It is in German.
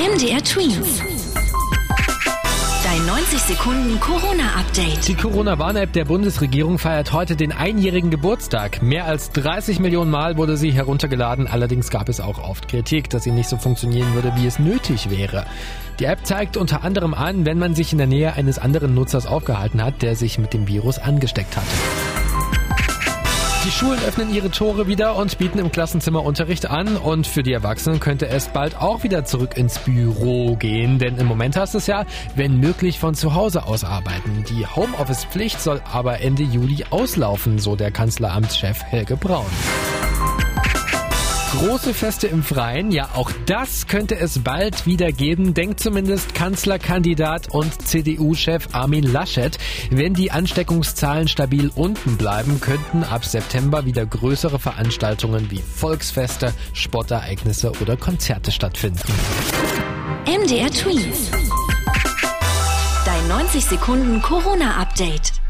MDR Twins. Dein 90 Sekunden Corona-Update. Die Corona-Warn-App der Bundesregierung feiert heute den einjährigen Geburtstag. Mehr als 30 Millionen Mal wurde sie heruntergeladen. Allerdings gab es auch oft Kritik, dass sie nicht so funktionieren würde, wie es nötig wäre. Die App zeigt unter anderem an, wenn man sich in der Nähe eines anderen Nutzers aufgehalten hat, der sich mit dem Virus angesteckt hatte. Die Schulen öffnen ihre Tore wieder und bieten im Klassenzimmer Unterricht an. Und für die Erwachsenen könnte es bald auch wieder zurück ins Büro gehen. Denn im Moment heißt es ja, wenn möglich von zu Hause aus arbeiten. Die Homeoffice-Pflicht soll aber Ende Juli auslaufen, so der Kanzleramtschef Helge Braun. Große Feste im Freien, ja auch das könnte es bald wieder geben, denkt zumindest Kanzlerkandidat und CDU-Chef Armin Laschet. Wenn die Ansteckungszahlen stabil unten bleiben, könnten ab September wieder größere Veranstaltungen wie Volksfeste, Sportereignisse oder Konzerte stattfinden. MDR Twins. Dein 90 Sekunden Corona-Update.